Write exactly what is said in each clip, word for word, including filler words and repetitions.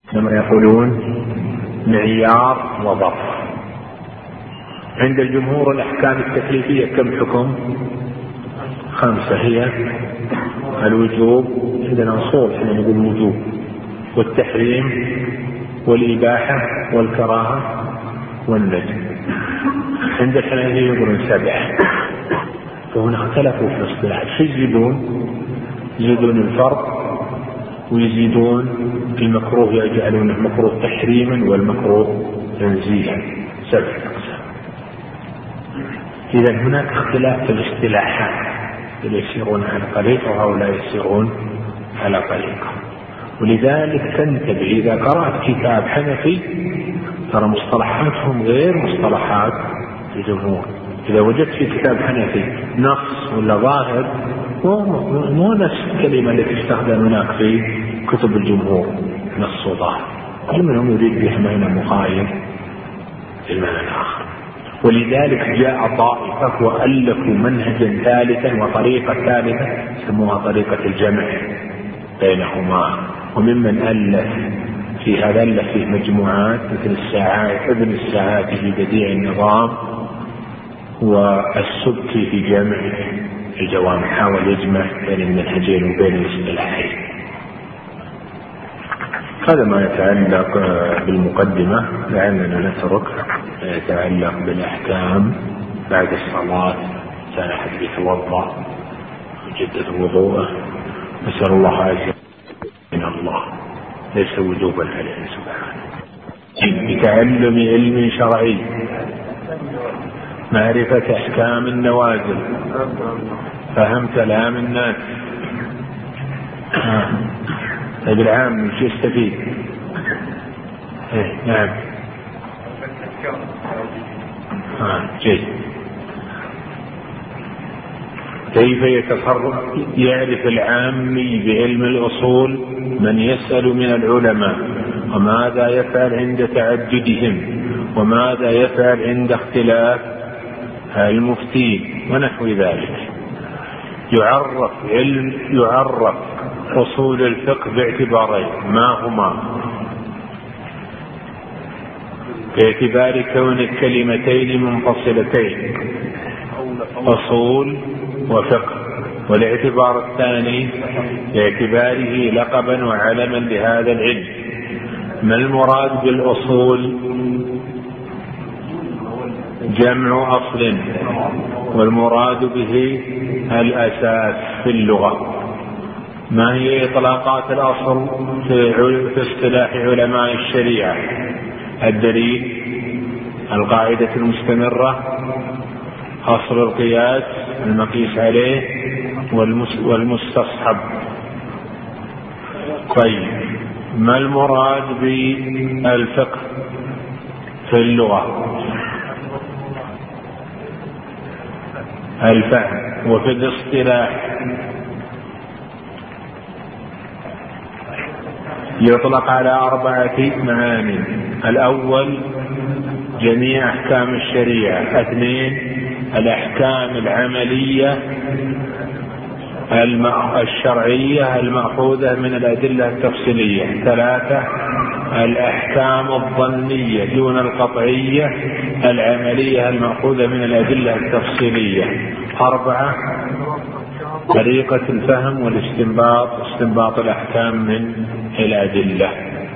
لما يقولون معيار وظرف. عند الجمهور الأحكام التكليفية كم حكم؟ خمسة، هي الوجوب، عندنا أصول احنا نقول الوجوب والتحريم والإباحة والكراهة والندب. عند الحنفية يقولون سبعة. فهنا اختلفوا في الاصطلاح، شو يزيدون؟ يزيدون الفرض ويزيدون المكروه، يجعلونه مكروه تحريما والمكروه تنزيها، سبع أقسام. إذا هناك اختلاف في الاصطلاحات، اللي يسيرون على طريقة وهؤلاء يسيرون على طريقة. ولذلك تنتبه إذا قرأت كتاب حنفي ترى مصطلحاتهم غير مصطلحات الجمهور. إذا وجدت في كتاب حنفي نص ولا ظاهر مو نفس الكلمة التي تستخدم هناك في كتب الجمهور، نص وظاهر، كل منهم يريد بها معنى مغاير للمعنى الآخر. ولذلك جاء طائفة وألفوا منهجا ثالثا وطريقة ثالثة سموها طريقة الجمع بينهما. وممن ألف في هذا ألف في مجموعات مثل الساعات، ابن الساعات في بديع النظام، والسبكي في جمع الجوامع، حاول يجمع بين المنهجين وبين الاصطلاحين. هذا ما يتعلق بالمقدمة، لعلنا نترك ما يتعلق بالأحكام بعد الصلاة. كان أحد يتوضأ وجدد وضوءه، نسأل الله عز وجل الله ليس وجوبا عليه سبحانه. بتعلم علم شرعي، معرفة أحكام النوازل، فهم كلام الناس. طيب العام مش يستفيد؟ إيه نعم. آه جيد. كيف يتصرف؟ يعرف العامي بعلم الأصول من يسأل من العلماء، وماذا يفعل عند تعددهم، وماذا يفعل عند اختلاف المفتين ونحو ذلك. يعرف علم يعرف أصول الفقه باعتبارين، ما هما؟ باعتبار كون الكلمتين منفصلتين، أصول وفقه. والاعتبار الثاني باعتباره لقبا وعلما لهذا العلم. ما المراد بالأصول؟ جمع أصل، والمراد به الأساس في اللغة. ما هي إطلاقات الأصل في اصطلاح علماء الشريعة؟ الدليل، القاعدة المستمرة، أصل القياس المقيس عليه، والمستصحب. طيب ما المراد بالفقه في اللغة؟ الفهم. وفي الاصطلاح يطلق على أربعة معاني: الأول جميع أحكام الشريعة، اثنين الأحكام العملية الشرعية المأخوذة من الأدلة التفصيلية، ثلاثة الأحكام الظنية دون القطعية العملية المأخوذة من الأدلة التفصيلية، أربعة طريقة الفهم والاستنباط، استنباط الأحكام من الأدلة.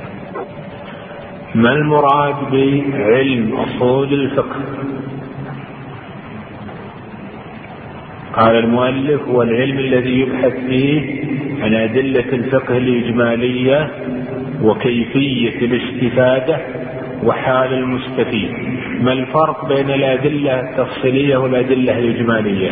ما المراد بعلم أصول الفقه؟ قال المؤلف: هو العلم الذي يبحث فيه عن أدلة الفقه الإجمالية وكيفية الاستفادة وحال المستفيد. ما الفرق بين الأدلة التفصيلية والأدلة الإجمالية؟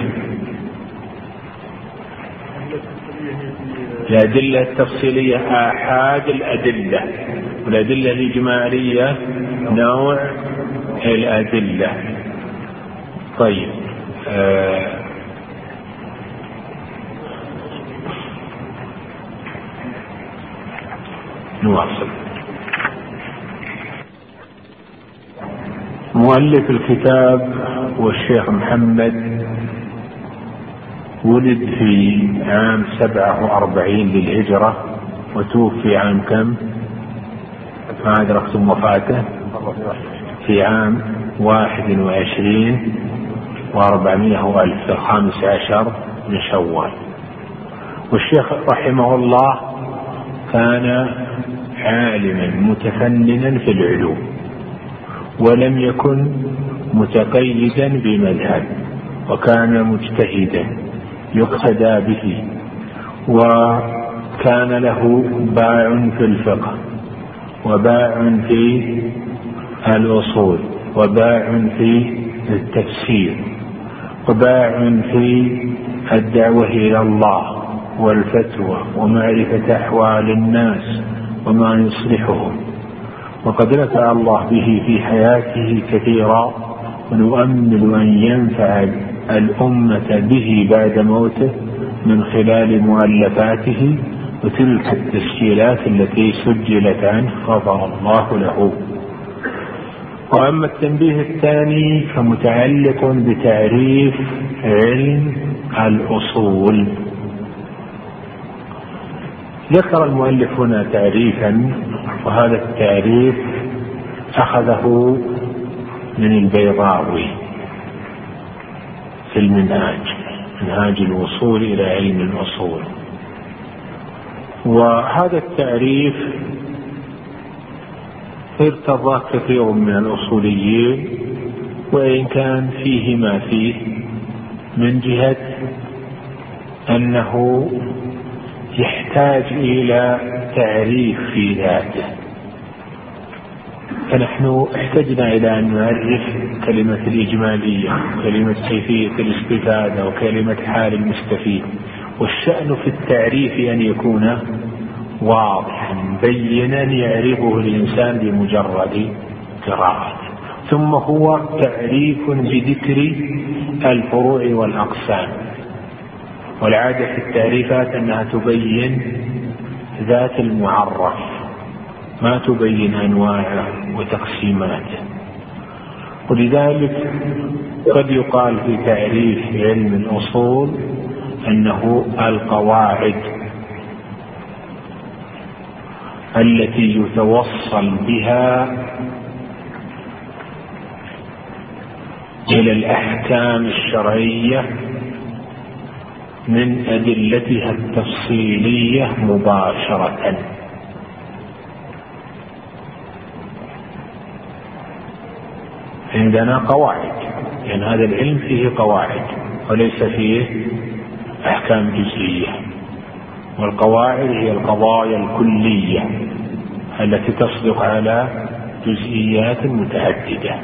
الأدلة التفصيلية آحاد الأدلة، والأدلة الإجمالية نوع الأدلة. طيب آه نواصل. مؤلف الكتاب والشيخ محمد ولد في عام سبعة وأربعين للهجرة، وتوفي عام كم؟ ما أدركتم وفاته في عام واحد وعشرين وأربعمائة وألف في الخامس عشر من شوال. والشيخ رحمه الله كان عالما متفننا في العلوم، ولم يكن متقيدا بمذهب، وكان مجتهدا يقتدى به، وكان له باع في الفقه، وباع في الأصول، وباع في التفسير، وباع في الدعوة إلى الله والفتوى ومعرفة أحوال الناس وما يصلحهم. وقد نفع الله به في حياته كثيرا، ونؤمل أن ينفع الأمة به بعد موته من خلال مؤلفاته وتلك التسجيلات التي سجلت عنه غفر الله له. وأما التنبيه الثاني فمتعلق بتعريف علم الأصول. ذكر المؤلف هنا تعريفا، وهذا التعريف أخذه من البيضاوي في المنهاج، منهاج الوصول إلى علم الأصول. وهذا التعريف ارتضى كثير من الأصوليين، وإن كان فيه ما فيه من جهة أنه يحتاج إلى تعريف في ذاته. فنحن احتجنا إلى أن نعرف كلمة الإجمالية، كلمة كيفية الاستفادة، وكلمة حال المستفيد. والشأن في التعريف أن يكون واضحا بينا يعرفه الإنسان بمجرد قراءة، ثم هو تعريف بذكر الفروع والأقسام. والعادة في التعريفات أنها تبين ذات المعرف، ما تبين أنواعه وتقسيماته. ولذلك قد يقال في تعريف علم الأصول أنه القواعد التي يتوصل بها إلى الأحكام الشرعية من أدلتها التفصيلية مباشرة. عندنا قواعد، لأن هذا العلم فيه قواعد وليس فيه أحكام جزئية، والقواعد هي القضايا الكلية التي تصدق على جزئيات متعددة.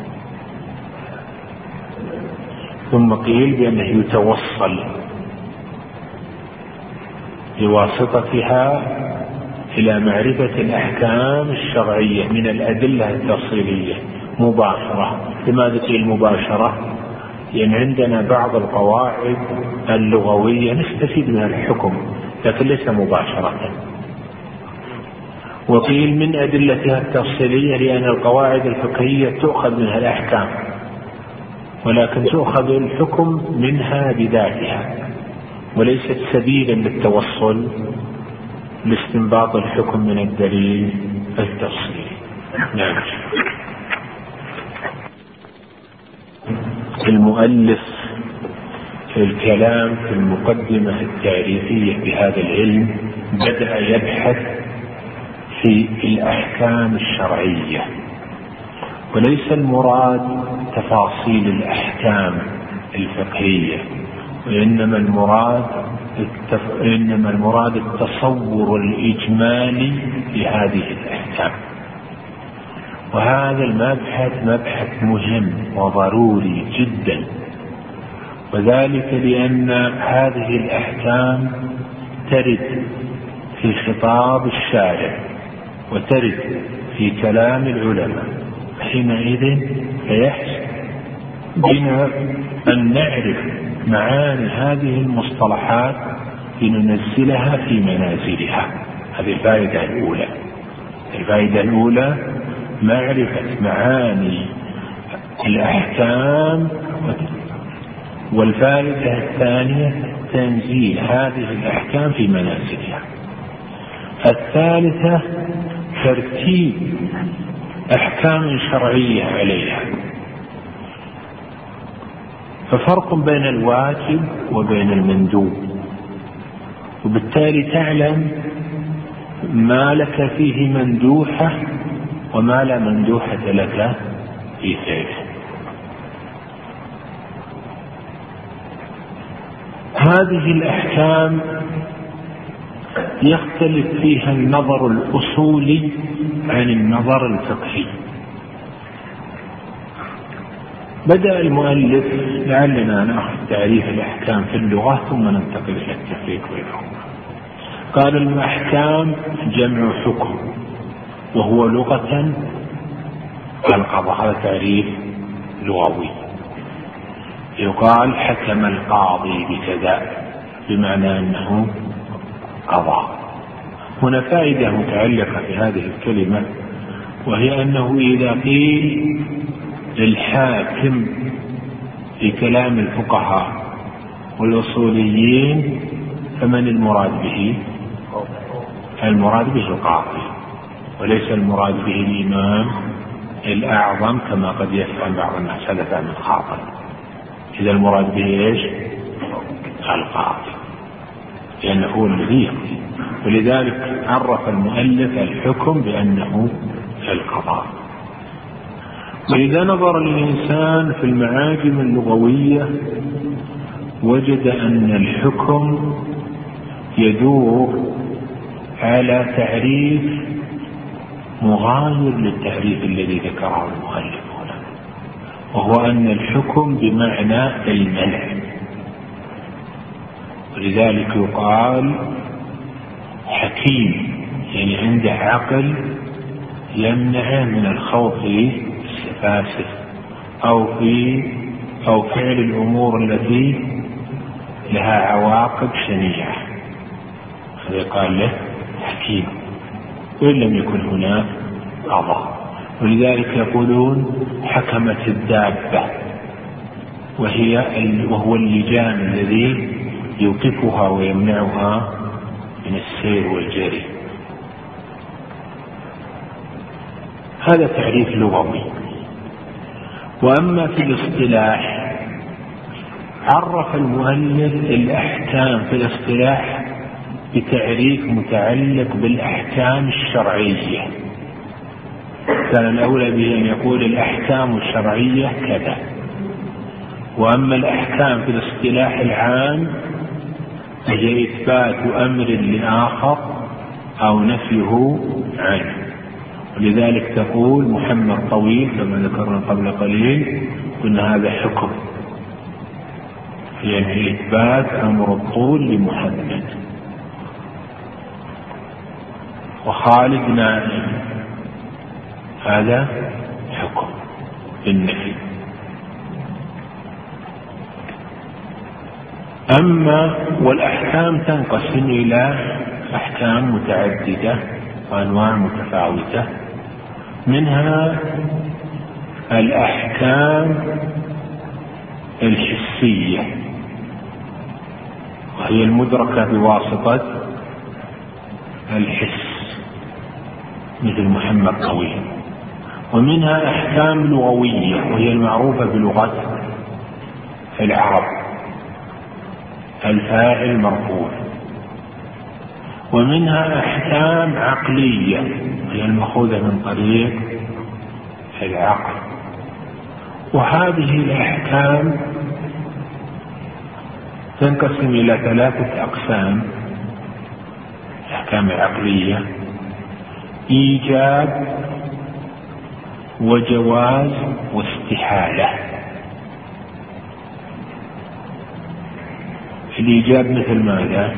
ثم قيل بأنه يتوصل بواسطتها إلى معرفة الأحكام الشرعية من الأدلة التفصيلية مباشرة. لماذا قيل مباشرة؟ لأن عندنا بعض القواعد اللغوية نستفيد منها الحكم لكن ليس مباشرة. وقيل من أدلتها التفصيلية لأن القواعد الفقهية تؤخذ منها الأحكام، ولكن تؤخذ الحكم منها بذاتها، وليست سبيلا للتوصل لاستنباط الحكم من الدليل التفصيلي. نعم. المؤلف في الكلام في المقدمة التعريفية بهذا العلم بدأ يبحث في الأحكام الشرعية، وليس المراد تفاصيل الأحكام الفقهية، وإنما المراد التف... إنما المراد التصور الإجمالي لهذه الأحكام. وهذا المبحث مبحث مهم وضروري جدا، وذلك لأن هذه الأحكام ترد في خطاب الشارع وترد في كلام العلماء. حينئذ فيحسن بنا أن نعرف معاني هذه المصطلحات لننزلها في منازلها. هذه الفائدة الأولى. الفائدة الأولى معرفة معاني الأحكام، والفائدة الثانية تنزيل هذه الأحكام في منازلها. الثالثة ترتيب أحكام شرعية عليها. ففرق بين الواجب وبين المندوب، وبالتالي تعلم ما لك فيه مندوحة وما لا مندوحة لك في فعله. هذه الأحكام يختلف فيها النظر الأصولي عن النظر الفقهي. بدأ المؤلف، لعلنا نأخذ تعريف الأحكام في اللغة ثم ننتقل إلى التفريق بينهما. قال الأحكام جمع حكم، وهو لغة القضاء، هذا تعريف لغوي. يقال حكم القاضي بكذا بمعنى أنه قضاء. هنا فائدة متعلقة في هذه الكلمة، وهي أنه إذا قيل الحاكم في كلام الفقهاء والأصوليين فمن المراد به؟ المراد به القاضي، وليس المراد به الإمام الأعظم كما قد يفهم بعض الناس، هذا فهم خاطئ. إذا المراد به إيش؟ القاضي، لأنه هو الذي يقضي. ولذلك عرف المؤلف الحكم بأنه القضاء. وإذا نظر الإنسان في المعاجم اللغوية وجد أن الحكم يدور على تعريف مغاير للتعريف الذي ذكره المؤلف هنا، وهو أن الحكم بمعنى المنع. ولذلك يقال حكيم، يعني عنده عقل يمنع من الخوض في السفاسف أو في أو فعل الأمور التي لها عواقب شنيعة، هذا يقال له حكيم، وإن لم يكن هناك قضاء. ولذلك يقولون حكمت الدابة، وهي وهو اللجام الذي يوقفها ويمنعها من السير والجري. هذا تعريف لغوي. وأما في الاصطلاح عرف المؤلف الأحكام في الاصطلاح بتعريف متعلق بالأحكام الشرعية. كان الأولى به أن يقول الأحكام الشرعية كذا. وأما الأحكام في الاصطلاح العام هي إثبات أمر لآخر أو نفيه عنه. ولذلك تقول محمد طويل كما ذكرنا قبل قليل، قلنا هذا حكم، يعني إثبات أمر الطول لمحمد. وخالد نائم، هذا حكم بالنفي. أما والأحكام تنقسم إلى أحكام متعددة وأنواع متفاوتة، منها الأحكام الحسية وهي المدركة بواسطة الحس مثل محمد طويل. ومنها أحكام لغوية وهي المعروفة بلغة العرب، الفاعل مرفوع. ومنها أحكام عقلية هي المأخوذة من طريق العقل. وهذه الأحكام تنقسم إلى ثلاثة أقسام. الأحكام العقلية إيجاب وجواز واستحالة. الإيجاب مثل ماذا؟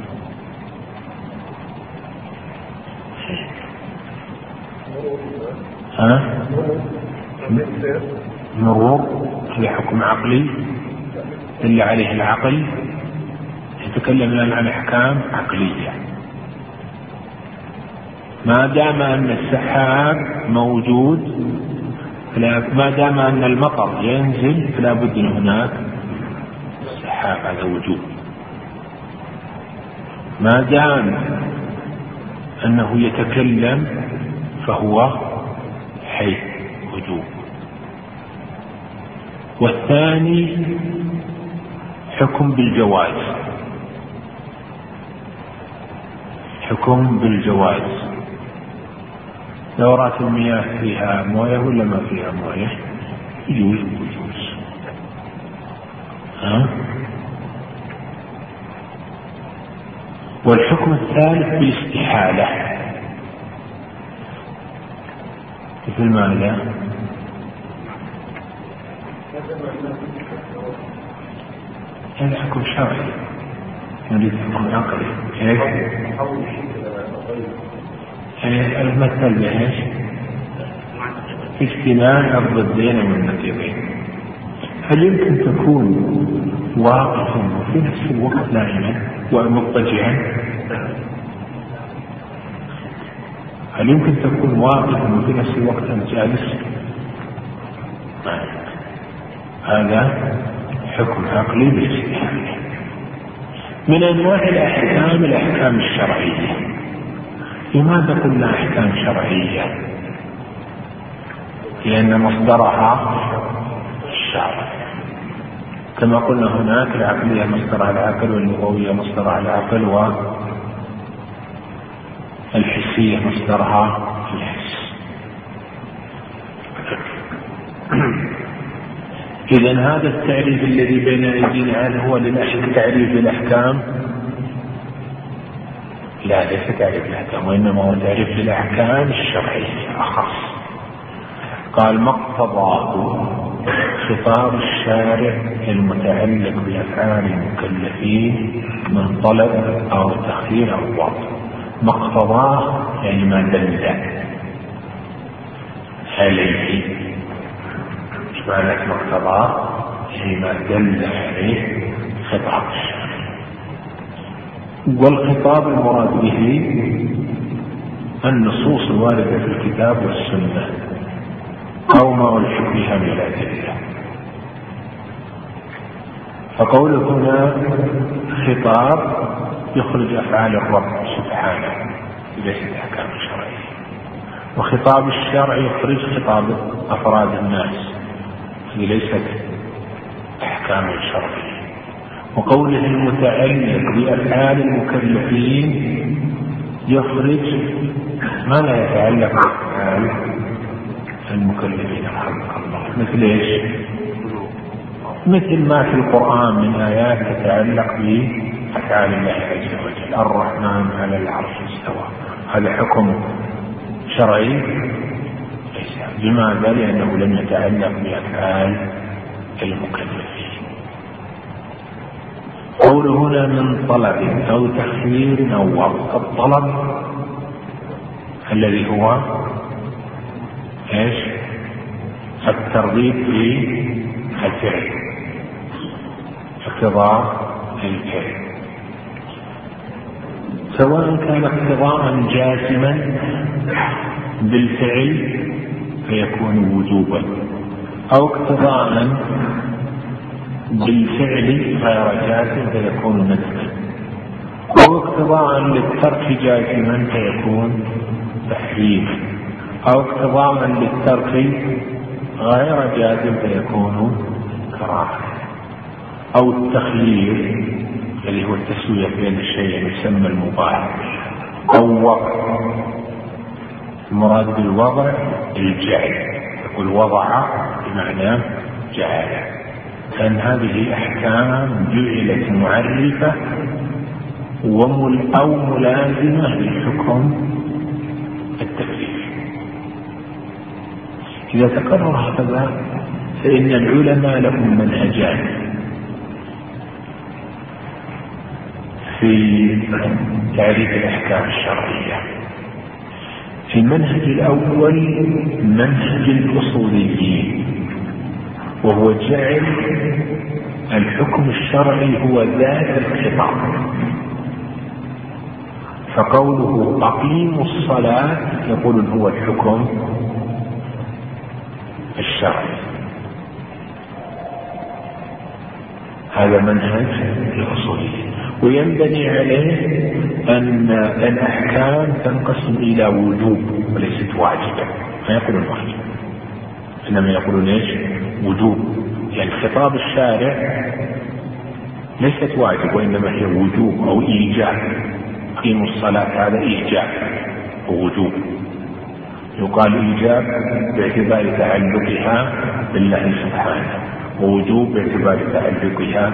ها؟ مرور، هذا حكم عقلي دل عليه العقل. يتكلم الآن عن أحكام عقلية. ما دام أن السحاب موجود، ما دام أن المطر ينزل فلا بد من هناك السحاب، هذا وجود. ما دام أنه يتكلم فهو حي وجوب. والثاني حكم بالجواز، حكم بالجواز. دورات المياه فيها مويه ولا ما فيها مويه؟ يجوز ويجوز. ها؟ والحكم الثالث بالاستحالة، مثل ماذا؟ هذا حكم شرعي نريد حكم عقلي. كيف؟ يعني المثل بإيش؟ في اجتماع الضدين والنقيضين. هل يمكن تكون واقفا وفي نفس الوقت نائما ومضطجعا؟ هل يمكن تكون واقفا وفي نفس الوقت جالس؟ هذا حكم عقلي بالاستحالة. من انواع الاحكام الاحكام الشرعيه. لماذا قلنا احكام شرعيه؟ لان مصدرها الشرع، كما قلنا هناك العقليه مصدرها العقل، واللغويه مصدرها العقل، والحسيه مصدرها الحس. إذن هذا التعريف الذي بين أيدينا هل هو تعريف للأحكام؟ لا، ليس تعريف الأحكام، وإنما هو تعريف للأحكام الشرعية أخص. قال ما اقتضاه خطاب الشارع المتعلق بأفعال المكلفين من طلب أو تخيير أو وضع. ما اقتضاه يعني ما دل عليه. معنى مقتضى يعني ما دل عليه خطاب الشارع. والخطاب المراد به النصوص الواردة في الكتاب والسنة أو ما ألحق بها من الأدلة. فقوله هنا خطاب يخرج أفعال الرب سبحانه ليست أحكام شرعية، وخطاب الشرع يخرج خطاب أفراد الناس ليست أحكام شرعية. وقوله المتعلق بأفعال المكلفين يخرج ما لا يتعلق بأفعال المكلفين رحمك الله. مثل ايش؟ مثل ما في القرآن من آيات تتعلق بأفعال الله عز وجل. الرحمن على العرش استوى، هذا حكم شرعي. لماذا؟ لأنه لم يتعلق بأفعال المكلفين. قوله هنا من طلب أو تخيير أو وضع. الطلب الذي هو ايش؟ الترغيب في الفعل، اقتضاء الفعل، سواء كان اقتضاء جازما بالفعل فيكون وجوبا، أو اقتضاء بالفعل غير جازم فيكون ندبا، أو اقتضاء للترك جازما فيكون تحريما، أو اقتضاء للترك غير جازم فيكون كراهة، أو التخيير الذي هو التسوية بين الشيء يسمى المباح، أو وضع. المراد بالوضع الجعل، يقول وضع بمعنى جعل. كان هذه أحكام جعلت معرفة ومل أو ملازمة للحكم التكليفي. إذا تقرر هذا فإن العلماء لهم منهجان في تعريف الأحكام الشرعية. المنهج الأول منهج الأصوليين، وهو جعل الحكم الشرعي هو ذات الخطاب. فقوله أقيموا الصلاة يقول هو الحكم الشرعي. هذا منهج الأصوليين، وينبني عليه أن الأحكام تنقسم إلى وجوب وليست واجبة، ما يقولون واجب، إنما يقولون إيش؟ وجوب. يعني خطاب الشارع ليست واجب وإنما هي وجوب أو إيجاب. قيموا الصلاة هذا إيجاب ووجوب. يقال إيجاب باعتبار تعلقها بالله سبحانه، ووجوب باعتبار تعلقها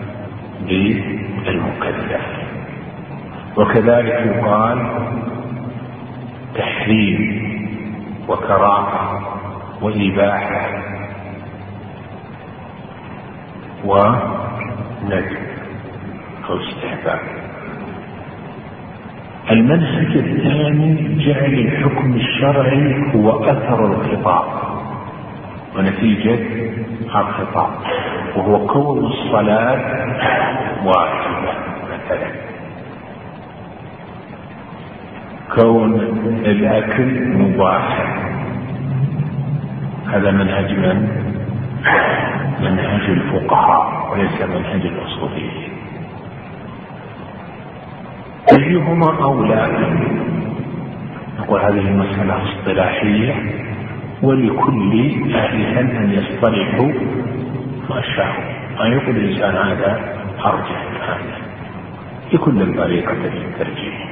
بالمكلف. وكذلك يقال تحريم وكراهة وإباحة وندب أو استحباب. المنهج الثاني جعل الحكم الشرعي هو أثر الخطاب ونتيجة الخطاب، وهو كون الصلاة واجبة مثلا، كون الأكل مباحا. هذا منهج من؟ منهج الفقهاء وليس منهج الأصوليين. أيهما أولى؟ نقول هذه المسألة اصطلاحية، ولكل أهل أن يصطلحوا ما شاءوا، ما يقول الإنسان هذا أرجح هذا، لكل الطريقة للترجيح.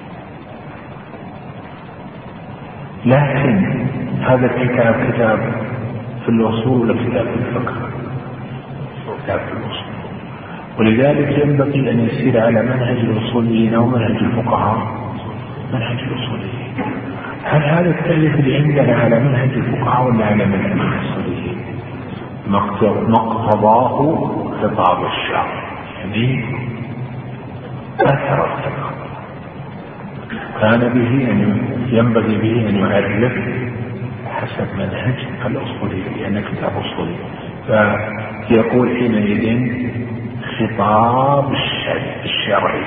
لكن هذا الكتاب كتاب في الأصول ولا كتاب في الفقه؟ كتاب في الأصول، ولذلك ينبغي أن يسير على منهج الأصوليين أو منهج الفقهاء. منهج الأصوليين. هل هذا التأليف اللي عندنا على منهج الفقهاء ولا على منهج الأصوليين؟ ما اقتضاه خطاب الشرع، يعني أثر الخطاب، كان به أن ينبغي به أن يعرف حسب منهج الأصولي، لأن كتاب أصولي، فيقول حينئذ خطاب الشرعي.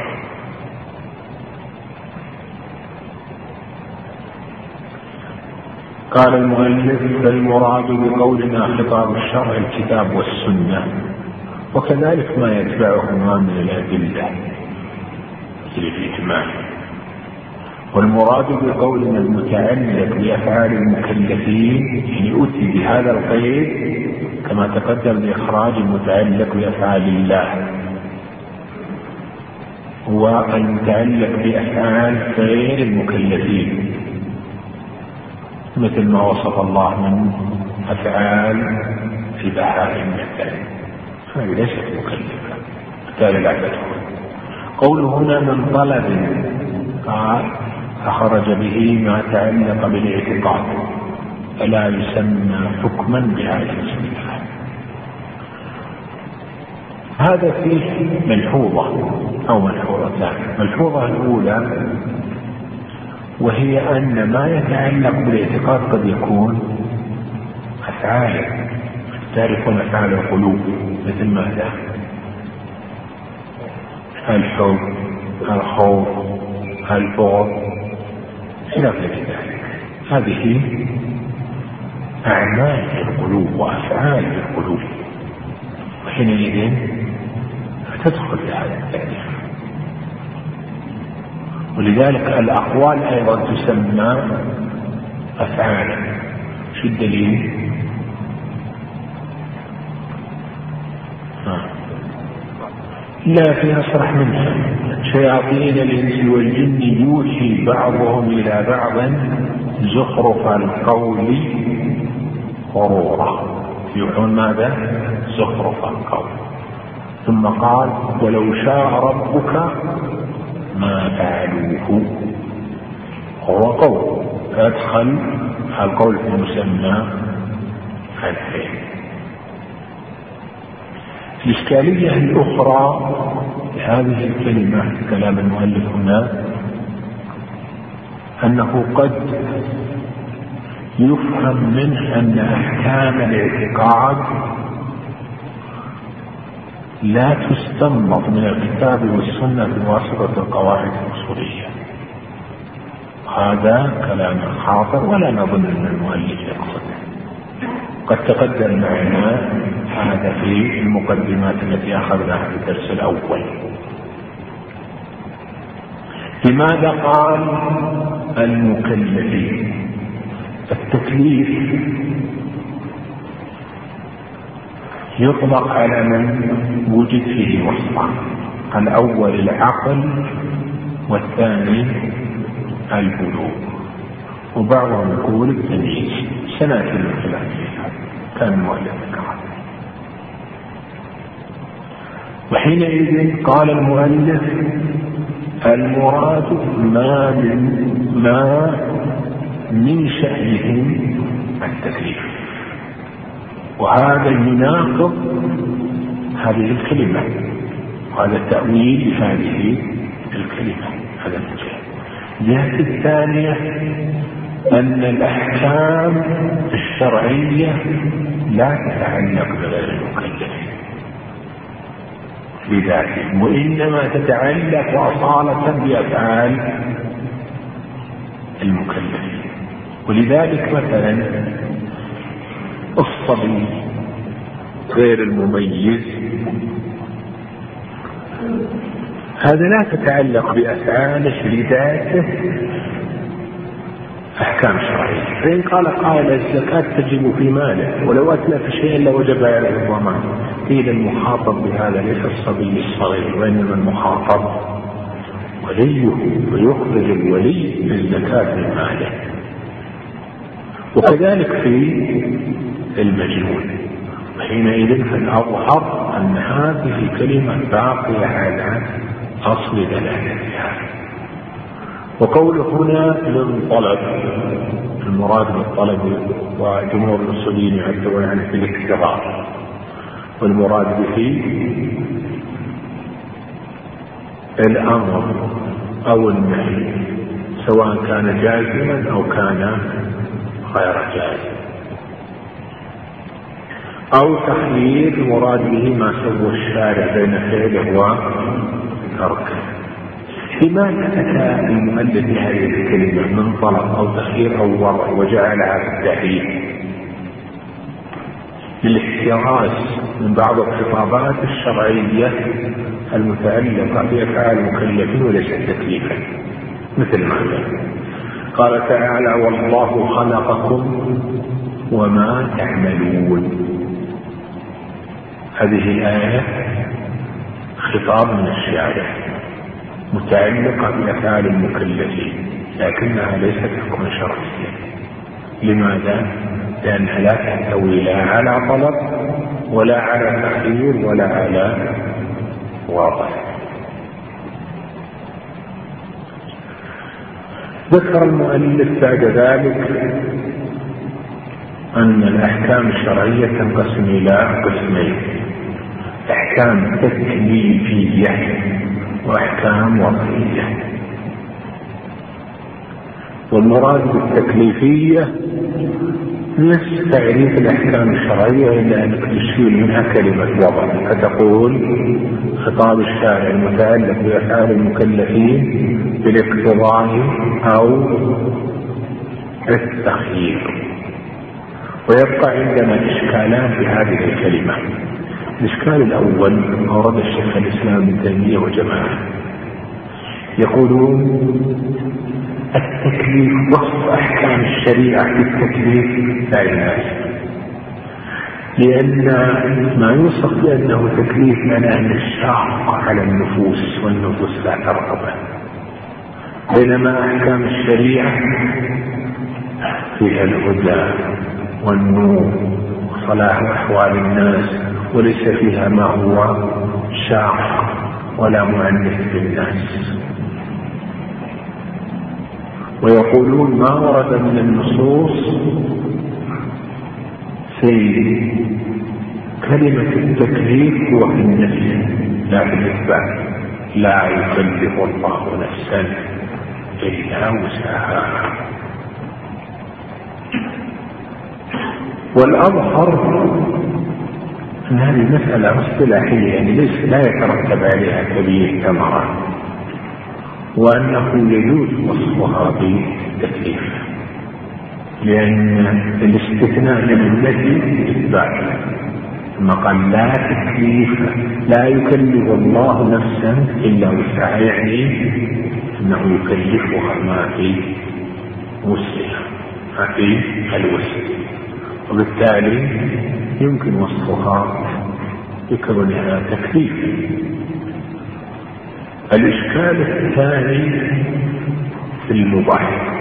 قال المؤلف: فالمراد بقولنا خطاب الشرع الكتاب والسنة، وكذلك ما يتبعهما من الأدلة للإجماع. والمراد بقولنا المتعلق بأفعال المكلفين، يعني أتي بهذا القيد كما تقدم لإخراج المتعلق بأفعال الله، والمتعلق بأفعال غير المكلفين، مثل ما وصف الله من أفعال في بهائم مثلا، هذه ليست مكلفة بالتالي لا تدخل. قوله هنا من طلب قال أخرج به ما تعلق بالاعتقاد فلا يسمى حكما بهذا الاسم. هذا فيه ملحوظة أو ملحوظتان. ملحوظة الأولى وهي أن ما يتعلق بالاعتقاد قد يكون أفعال، تعرفون أفعال القلوب مثل ماذا؟ الحب، الخوف، البغض، خلاف ذلك. هذه أعمال القلوب وأفعال القلوب، وحينئذ تدخل في هذا التعريف. ولذلك الأقوال أيضا تسمى أفعالا. شو الدليل؟ آه. لا في أصرح منها: شياطين الإنس والجن يوحي بعضهم إلى بعض زخرف القول غرورا. يوحون ماذا؟ زخرف القول. ثم قال: ولو شاء ربك ما فعلوه. هو قول، فأدخل القول في مسمى الفعل. الإشكالية الأخرى هذه الكلمة كلام المؤلف هنا أنه قد يفهم منه أن أحكام الاعتقاد لا تستنبط من الكتاب والسنة بواسطة القواعد الأصولية. هذا كلام خاطر ولا نظن أن المؤلف يقصده. قد تقدم معنا هذا في المقدمات التي أخذناها في الدرس الأول. لماذا قال المكلفين؟ التكليف يطلق على من وجد فيه وصفان، الأول العقل والثاني البلوغ، وبعضهم يقول التمييز. سنأتي الكلام فيها، كان المؤلف ذكره. وحينئذ قال المؤلف المراد ما من ما من شأنهم التكليف، وهذا يناقض هذه الكلمة، وهذا تأويل هذه الكلمة. هذا من جهة. الجهة الثانية أن الأحكام الشرعية لا تتعلق بغير المكلف بذاته، وإنما تتعلق أصالة بأفعال المكلف. ولذلك مثلا الصبي غير المميز هذا لا تتعلق بأفعاله لذاته أحكام شرعية. فإن قال قائل الزكاة تجب في ماله ولو أتلف شيئا لوجب عليه الضمان، قيل المخاطب بهذا ليس الصبي الصغير وإنما المخاطب وليه، ويخرج الولي الزكاة من ماله. وكذلك في المجنون. وحينئذ فالأظهر أن هذه الكلمة باقية على أصل دلالتها. وقوله هنا للطلب، المراد بالطلب وجمهور الأصوليين يعتبرون عنه في الاكتراث، والمراد به الأمر أو النهي سواء كان جازما أو كان غير جازم، أو تخيير المراد به ما سوى الشارع بين فعله وتركه. لماذا أتى المؤلف بهذه الكلمة من طلب أو تخيير أو وضع وجعلها في التحريم؟ للاحتراز من بعض الخطابات الشرعية المتعلقة بأفعال المكلفين وليس تكليفا، مثل ماذا؟ قال تعالى والله خلقكم وما تعملون. هذه الآية خطاب من الشارع متعلقة بأفعال المكلفين، لكنها ليست حكما شرعيا. لماذا؟ لأنها لا تحتوي لا على طلب ولا على تخيير ولا على واضح. ذكر المؤلف بعد ذلك أن الأحكام الشرعية تنقسم إلى قسمين: أحكام تكليفية وأحكام وضعية. والمراد بالتكليفية نفس تعريف الأحكام الشرعية إلا أنك تشيل منها كلمة وضع، فتقول خطاب الشارع المتعلق بأفعال المكلفين بالاقتضاء أو التخيير. ويبقى عندنا إشكالان في هذه الكلمة. الإشكال الأول أورد الشيخ الإسلام ابن تيمية وجماعة يقولون التكليف وصف أحكام الشريعة بالتكليف لا يناسب، لأن ما يوصف بأنه تكليف معناه أن الشاق على النفوس والنفوس لا ترغبه، بينما أحكام الشريعة فيها الهدى والنور وصلاح أحوال الناس، وليس فيها ما هو شاق ولا معنف بالناس. ويقولون ما ورد من النصوص في كلمة التكليف هو في النفي لا في الإثبات. لا يكلف الله نفسا إلا وسعها. والأظهر أن هذه مسألة اصطلاحية، يعني ليس لا يترتب عليها كبير ثمرة، وأنه يجوز وصفها بالتكليف، لأن الاستثناء من النفي إثبات. ثم قال لا تكليف، لا يكلف الله نفسا إلا وسعها، يعني أنه يكلفها ما في وسعها، ما في الوسع، وبالتالي يمكن وصفها بكونها تكليف. الإشكال الثاني في المباح.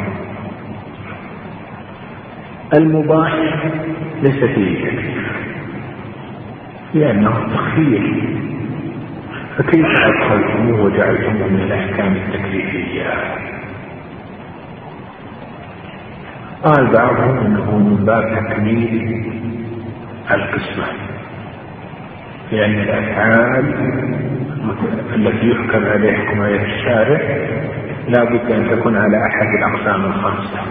المباح ليس فيه تكليف لأنه تخيير، فكيف أدخلتموه وجعلتموه من الأحكام التكليفية؟ قال بعضهم أنه من باب تكميل القسمة، لأن الأفعال التي يحكم عليها حكم آية الشارع لا بد أن تكون على أحد الأقسام الخمسة،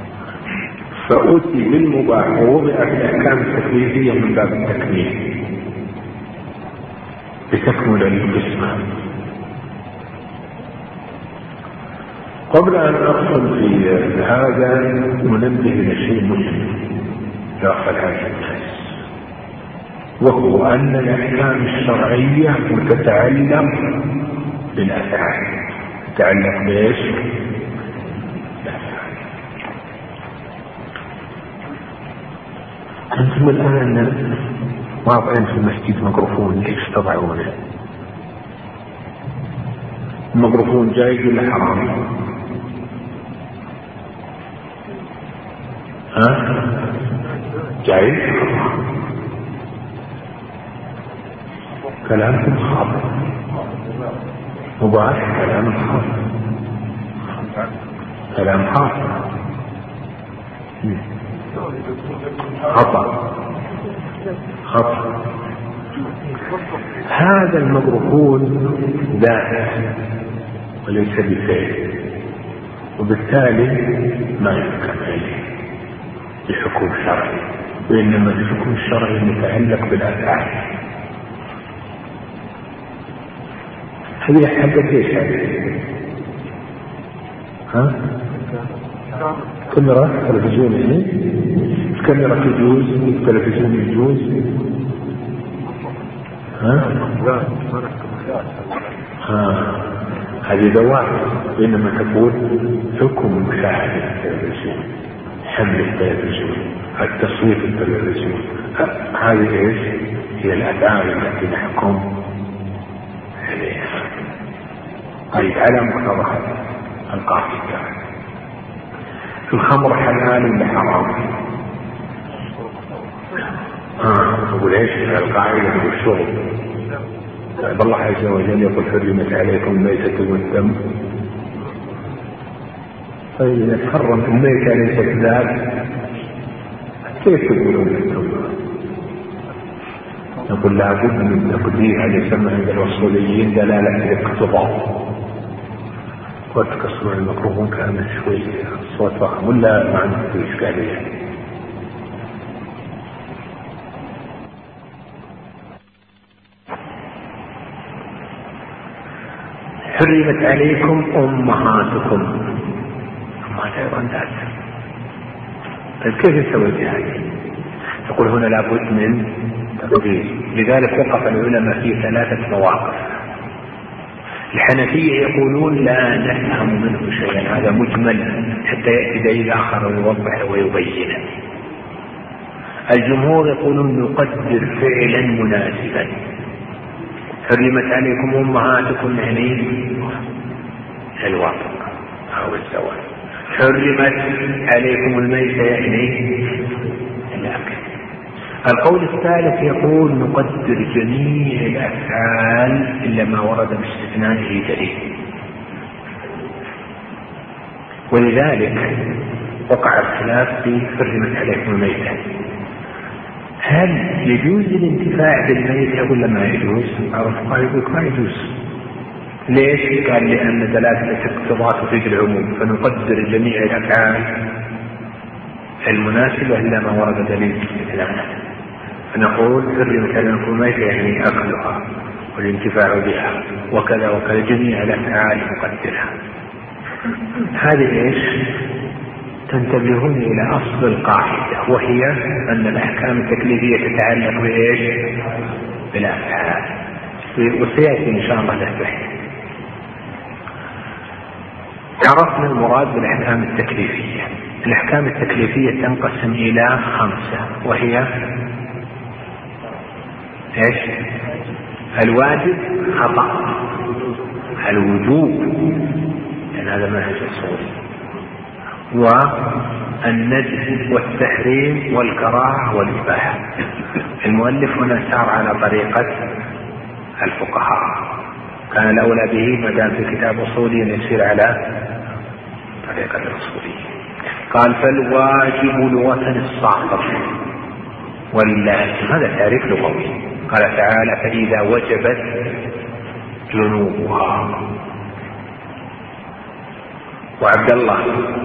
فأتي بالمباح ووضع في الأحكام التكليفية من باب التكميل لتكمل القسمة. قبل أن أدخل في هذا ننبه إلى شيء مهم داخل هذا الناس، وهو أن الأحكام الشرعية متتعلق بالأفعال. تتعلق بإيش؟ بالأفعال. أنتم الآن واضعين في المسجد ميكروفون، ليش تضعونه؟ الميكروفون جايز ولا حرام؟ ها؟ جايز؟ كلامكم خاطئ. مباح، كلام خاطئ، كلام خاطئ، خطأ خطأ. هذا الميكروفون ذات وليس بفعل، وبالتالي ما يحكم عليه بحكم شرعي، وإنما الحكم الشرعي متعلق بالأفعال. هذه حقت ايش هذه؟ ها؟ كاميرا تلفزيون يعني؟ الكاميرا تجوز، التلفزيون يجوز؟ ها؟ ها هذه ذوات، بينما تقول حكم مشاهدة التلفزيون، حمل التلفزيون، التصويت التلفزيون، هذه ايش؟ هي الأفعال التي نحكم عليها. طيب على مقتضى القاعدة، الخمر حلال ولا حرام؟ اه اقول ايش القاعدة بالشرب؟ الله عز وجل يقول حرمت عليكم الميتة والدم. طيب اذا تحرم الميتة ليس كذاب، كيف تقولون انتم؟ نقول لابد من تقدير هذا يسمى عند الوصوليين دلالة الاقتضاء. وتكسر الميكروفون كان شوي الصوت فخم ولا ما عندك إشكالية؟ حرمت عليكم أمهاتكم، أمهات أيضا ذات. طيب كيف يسوي بهذه؟ يقول هنا لابد من تقدير، لذلك وقف العلماء في ثلاثة مواقف. الحنفية يقولون لا نفهم منه شيئا، هذا مجمل حتى يأتي دليل آخر ويوضح ويبين. الجمهور يقولون نقدر فعلا مناسبا. حرمت عليكم أمهاتكم يعني الواقع أو الزواج، حرمت عليكم الميتة يعني الأكل. القول الثالث يقول نقدر جميع الأفعال إلا ما ورد باستثنائه دليل، ولذلك وقع الخلاف في حرمت عليكم الميتة. هل يجوز الانتفاع بالميتة ولا ما يجوز؟ أو الفقهاء يقول ما يجوز. ليش؟ قال لأن دلالة الاقتضاء تفيد العموم، فنقدر جميع الأفعال المناسبة إلا ما ورد دليل باستثنائه. فنقول حرمت عليكم الميتة يعني أكلها والانتفاع بها وكذا وكذا، جميع الأفعال نقدرها. هذه إيش؟ تنتبهون إلى أصل القاعدة، وهي أن الأحكام التكليفية تتعلق بإيش؟ بالأفعال، وسيأتي إن شاء الله تفهم. عرفنا المراد بالأحكام التكليفية. الأحكام التكليفية تنقسم إلى خمسة، وهي إيش؟ الواجب، خطأ، الوجوب يعني هذا منهج أصولي، والندب والتحريم والكراهة والإباحة. المؤلف هنا سار على طريقة الفقهاء، كان الأولى به ما دام في كتاب أصولي يسير على طريقة الأصولية. قال فالواجب لغة الساقط واللازم، هذا تعريف لغوي. قال تعالى فإذا وجبت جنوبها. وعبد الله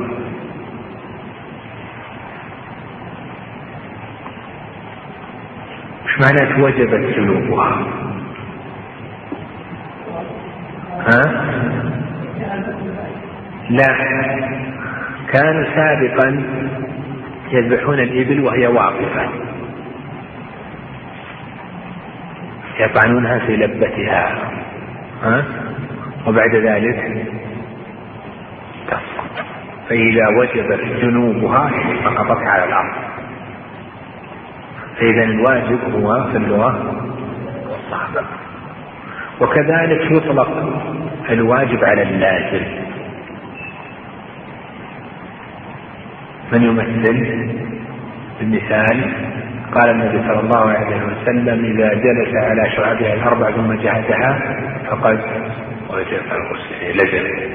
وش معنى وجبت جنوبها؟ ها؟ لا، كانوا سابقا يذبحون الإبل وهي واقفة، يطعنونها في لبتها، ها؟ وبعد ذلك تسقط، فإذا وجبت جنوبها سقطت على الأرض. فإذا الواجب هو في اللغة الصعبة. وكذلك يطلق الواجب على اللازم. من يمثل المثال؟ قال النبي صلى الله عليه وسلم إذا جلس على شعبها الأربع ثم جهدها فقد وجب الغسل، لزم.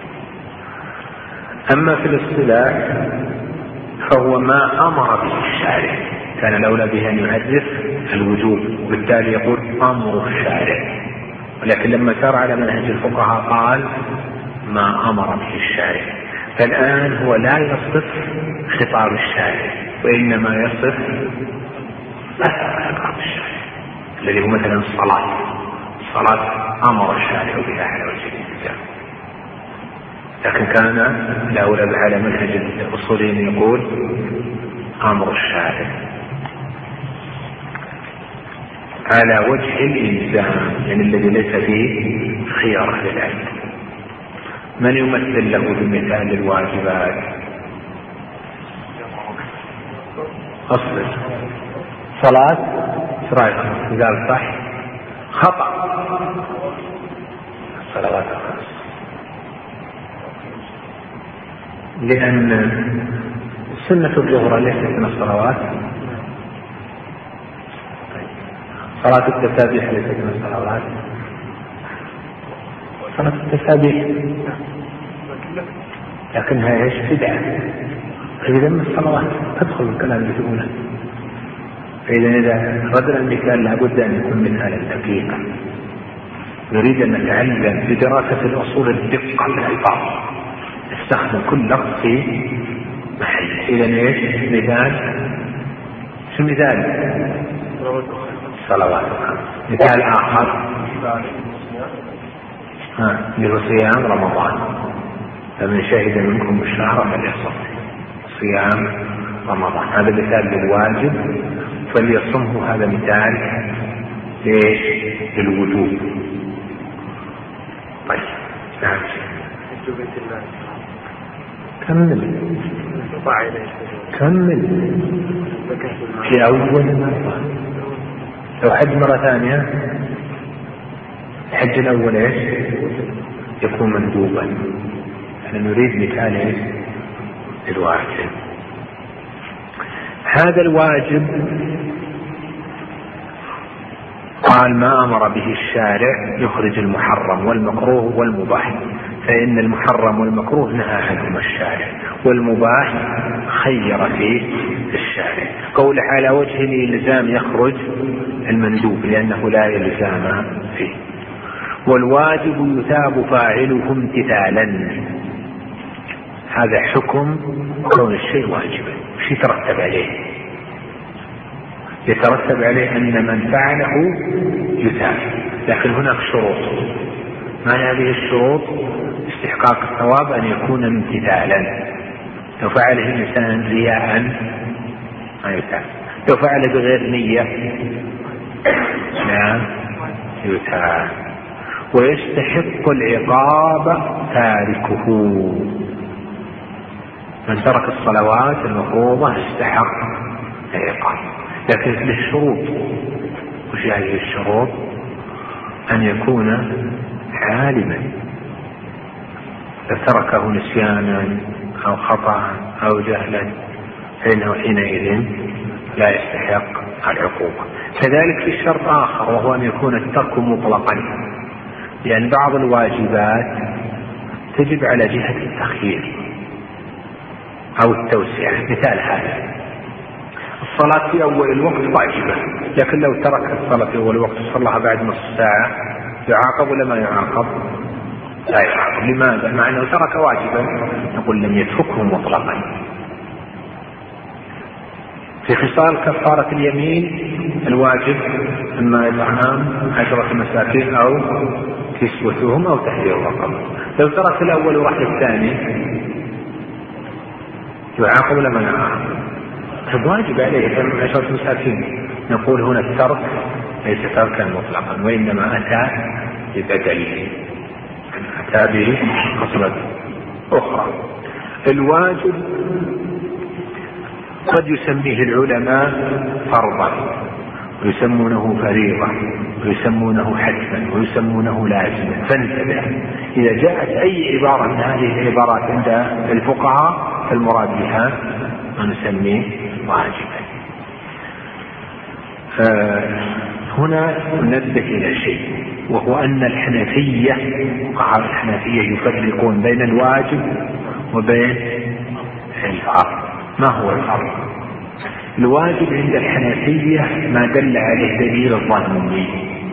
أما في الاصطلاح فهو ما أمر به الشارع، كان الأولى به أن يعرف الوجوب، وبالتالي يقول أمر الشارع، ولكن لما سار على منهج الفقهاء قال ما أمر به الشارع. فالآن هو لا يصف خطاب الشارع، وإنما يصف خطاب الشارع الذي هو مثلا الصلاة. الصلاة أمر الشارع بها على وجه الإلزام، لكن كان الأولى على منهج الأصوليين يقول أمر الشارع على وجه الإلزام، يعني الذي ليس فيه خيار للعلم. من يمثل له بمثال الواجبات؟ أصل صلاة إسرائيل قال صح، خطأ الصلوات الخمس، لأن سنة الظهر ليست من الصلوات، صلاة التسابيح ليست من الصلوات، صلاة التسابيح لكنها ايش؟ بدعة، فإذا من الصلوات تدخل الكلام اللي تقوله. فإذا إذا ردنا المثال لابد أن يكون مثالا دقيقا، نريد أن نتعلم في دراسة الأصول الدقة في الألفاظ، نستخدم كل لفظ في محل. إذا ايش مثال؟ شو مثال؟ صلوات الخمس. مثال آخر ها لصيام رمضان، فمن شهد منكم الشهر فليصم، صيام رمضان هذا مثال للواجب فليصمه، هذا مثال ليش؟ للوجوب. طيب نعم كمل كمل في أول مرة. لو حج مرة ثانية الحج الأول ايش؟ يكون مندوبا. احنا نريد مثال ايش؟ الواجب. هذا الواجب قال ما أمر به الشارع يخرج المحرم والمكروه والمباح، فإن المحرم والمكروه نهى عنهما الشارع، والمباح خير فيه الشارع. قوله على وجه الإلزام يخرج المندوب لأنه لا إلزام فيه. والواجب يثاب فاعله امتثالا، هذا حكم كون الشيء واجبا. وش يترتب عليه؟ يترتب عليه أن من فعله يثاب، لكن هناك شروط. ما هذه الشروط؟ استحقاق الثواب أن يكون امتثالا. لو فعله الإنسان رياء ما يثاب، لو فعل بغير نية لا يثاب. ويستحق العقاب تاركه. من ترك الصلوات المفروضة استحق العقاب، لكن للشروط. وش هذه الشروط؟ أن يكون عالما، تركه نسيانا أو خطأ أو جهلا فإنه حينئذ لا يستحق العقوبة. كذلك في شرط آخر، وهو أن يكون الترك مطلقا، لأن بعض الواجبات تجب على جهة التخيير أو التوسعة. مثال هذا: الصلاة في أول الوقت واجبة، لكن لو ترك الصلاة في أول الوقت وصلها بعد نصف ساعة يعاقب ولا ما يعاقب؟ لا يعاقب. لماذا؟ مع أنه ترك واجبا. نقول لم يتركه مطلقا. في خصال كفارة اليمين الواجب إما إطعام عشرة مساكين أو كسوتهم أو تحرير رقبة. لو ترك الأول وراح للثاني يعاقب ولا ما يعاقب؟ فواجب عليه عشرة مساكين. نقول هنا الترك ليس تركا مطلقا، وإنما أتى ببدله، أتى به خصلة أخرى. الواجب قد يسميه العلماء فرضا، ويسمونه فريضة، ويسمونه حتما، ويسمونه لازما. فانتبه، إذا جاءت أي عبارة من هذه العبارات عند الفقهاء فالمراد بها ما نسميه واجبا. هنا ننبه إلى شيء، وهو أن الحنفية فقهاء الحنفية يفرقون بين الواجب وبين الفرض. ما هو الفرض؟ الواجب عند الحنفية ما دل عليه دليل الظني،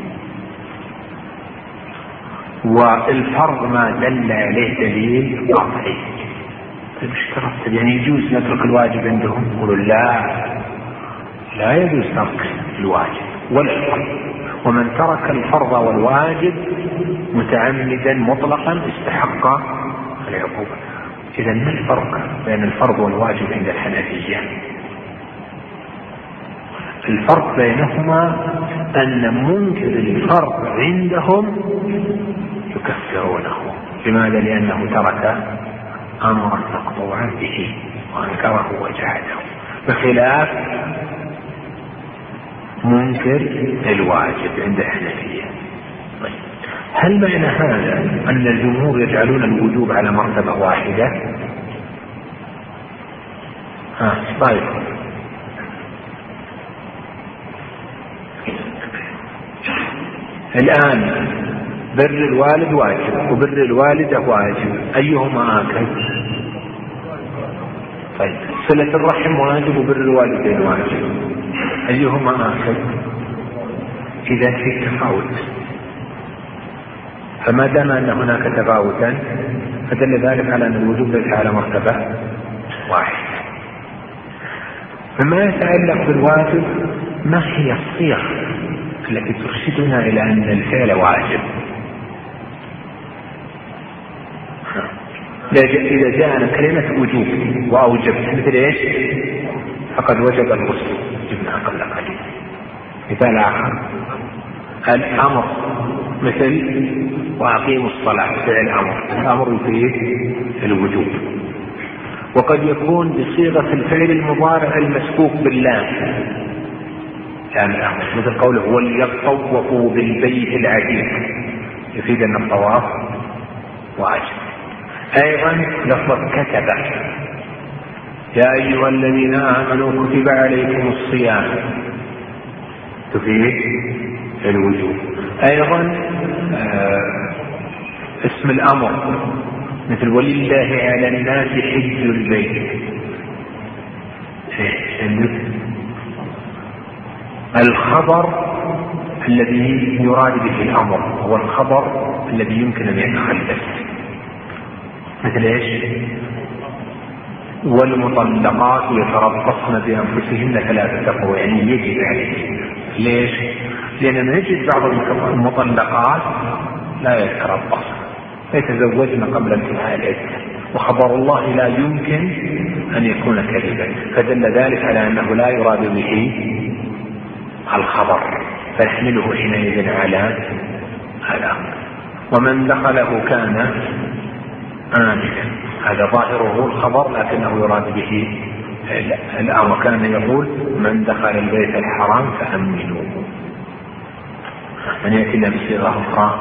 والفرض ما دل عليه دليل قطعي. اشترطت يعني يجوز نترك الواجب عندهم؟ يقولوا لا، لا يجوز ترك الواجب ولا الفرض. ومن ترك الفرض والواجب متعمدا مطلقا استحق العقوبة. إذا ما الفرق بين الفرض والواجب عند الحنفية؟ الفرق بينهما أن منكر الفرض عندهم يكفرونه. لماذا؟ لأنه ترك أمرا مقطوعا به وأنكره وجحده، بخلاف منكر الواجب عند الحنفية. هل معنى هذا أن الجمهور يجعلون الوجوب على مرتبة واحدة؟ ها طيب، الآن بر الوالد واجب وبر الوالدة واجب، أيهما آكد؟ طيب، صلة الرحم واجب وبر الوالدين واجب، أيهما آكد؟ إذا في تفاوت، فما دام أن هناك تفاوتا فدل ذلك على أن الوجوب ليس على مرتبة واحدة. فما يتعلق بالواجب، ما هي الصيغ التي ترشدنا إلى أن الفعل واجب؟ إذا جاءنا كلمة وجوب وأوجبت مثل إيش؟ فقد وجب الغسل، جبنا قبل قليل. مثال آخر الأمر، مثل وأقيموا الصلاة، فعل أمر، الأمر يفيد الوجوب. وقد يكون بصيغة الفعل المضارع المسبوق باللام، كان الأمر، مثل قوله وليطوفوا بالبيت العتيق، يفيد أن الطواف واجب. أيضا لفظة كتب، يا أيها الذين آمنوا كتب عليكم الصيام، تفيد الوجوب. أيضا آه اسم الأمر، مثل ولله على الناس حج البيت، الخبر الذي يراد به الأمر هو الخبر الذي يمكن أن يتخلف، مثل إيش؟ والمطلقات يتربصن بأنفسهن ثلاثة قروء، يعني يجب عليه. ليش؟ لأننا نجد بعض المطلقات لا يتربصن، يتزوجن قبل انتهاء العدة، وخبر الله لا يمكن أن يكون كذبا، فدل ذلك على أنه لا يراد به الخبر، فيحمله حينئذ على الأمر. ومن دخله كان آمنا. هذا ظاهره الخبر لكنه يراد به الأمر. كان يقول من دخل البيت الحرام فأمنوه. من يأتينا بصيغة أخرى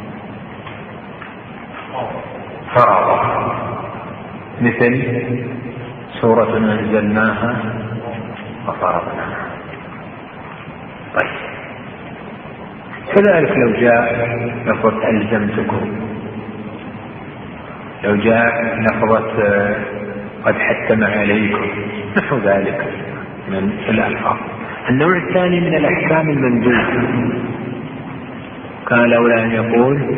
فرض، مثل سورة أنزلناها وفرضناها. طيب كذلك لو جاء لفظة ألزمتكم، لو جاء لفظة قد حتم عليكم، نحو ذلك من الألفاظ. النوع الثاني من الأحكام المندوبة، كان لولا أن يقول